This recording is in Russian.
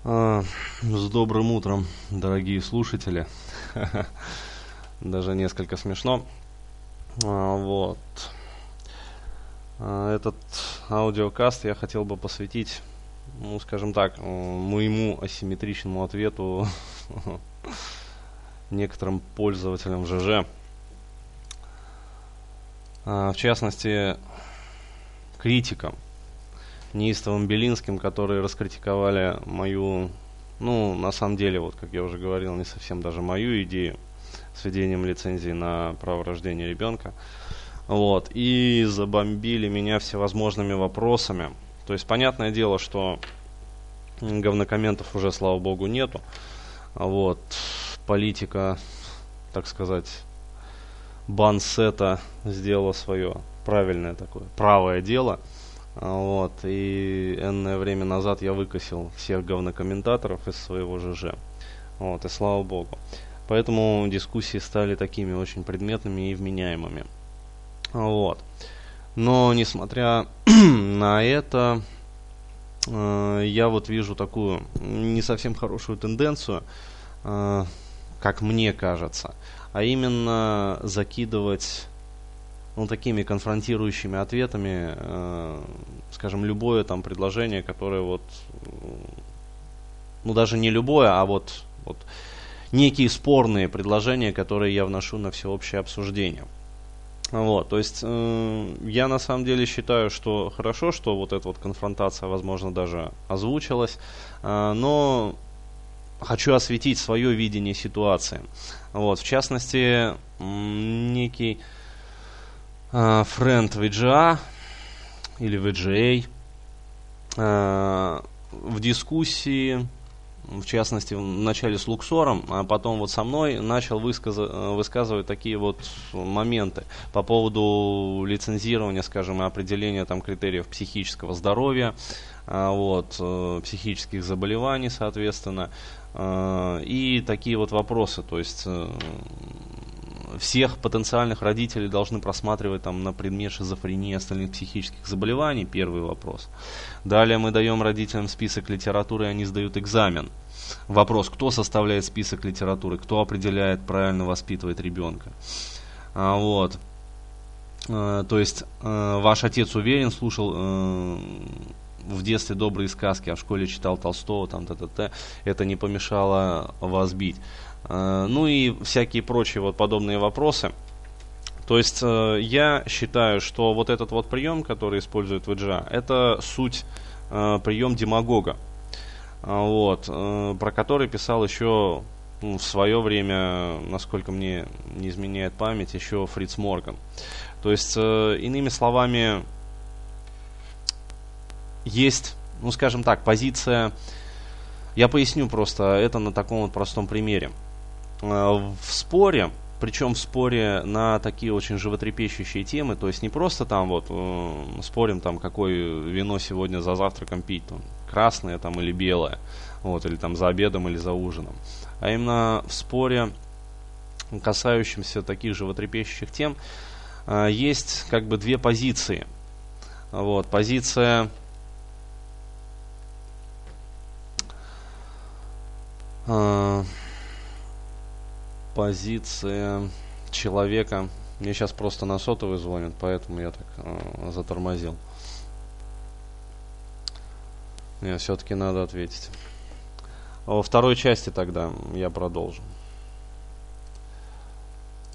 С добрым утром, дорогие слушатели. Даже несколько смешно. Вот. Этот аудиокаст я хотел бы посвятить, скажем так, моему асимметричному ответу некоторым пользователям ЖЖ. В частности, критикам, неистовым Белинским, которые раскритиковали мою, на самом деле, вот как я уже говорил, не совсем даже мою идею с введением лицензии на право рождения ребенка. Вот, и забомбили меня всевозможными вопросами. То есть, понятное дело, что говнокомментов уже, слава богу, нету. Вот, политика, так сказать, бансета сделала свое правильное такое, правое дело. Вот, и энное время назад я выкосил всех говнокомментаторов из своего ЖЖ. Вот, и слава богу. Поэтому дискуссии стали такими очень предметными и вменяемыми. Вот. Но, несмотря на это, я вот вижу такую не совсем хорошую тенденцию, как мне кажется, а именно закидывать такими конфронтирующими ответами, скажем, любое там предложение, которое вот, даже не любое, а вот некие спорные предложения, которые я вношу на всеобщее обсуждение. Вот, то есть я на самом деле считаю, что хорошо, что вот эта вот конфронтация, возможно, даже озвучилась, но хочу осветить свое видение ситуации. Вот, в частности, некий френд VGA или VGA в дискуссии, в частности, вначале с Луксором, а потом вот со мной начал высказывать такие вот моменты по поводу лицензирования, скажем, и определения там критериев психического здоровья, психических заболеваний, соответственно, и такие вот вопросы, то есть всех потенциальных родителей должны просматривать там на предмет шизофрении и остальных психических заболеваний, первый вопрос. Далее мы даем родителям список литературы, и они сдают экзамен. Вопрос, кто составляет список литературы, кто определяет, правильно воспитывать ребенка. Вот. То есть ваш отец уверен, слушал в детстве добрые сказки, а в школе читал Толстого, там, это не помешало вас бить. Ну и всякие прочие вот подобные вопросы. То есть я считаю, что вот этот вот прием, который использует VGA, это суть прием демагога, вот, про который писал еще в свое время, насколько мне не изменяет память, еще Фриц Морган. То есть, иными словами, есть, скажем так, позиция. Я поясню просто это на таком вот простом примере. В споре, причем в споре на такие очень животрепещущие темы, то есть не просто там вот спорим там, какое вино сегодня за завтраком пить, там, красное там или белое, вот, или там за обедом или за ужином, а именно в споре, касающемся таких животрепещущих тем, есть как бы две позиции. Вот, позиция человека. Мне сейчас просто на сотовый звонят, поэтому я так затормозил. Мне все-таки надо ответить. Во второй части тогда я продолжу.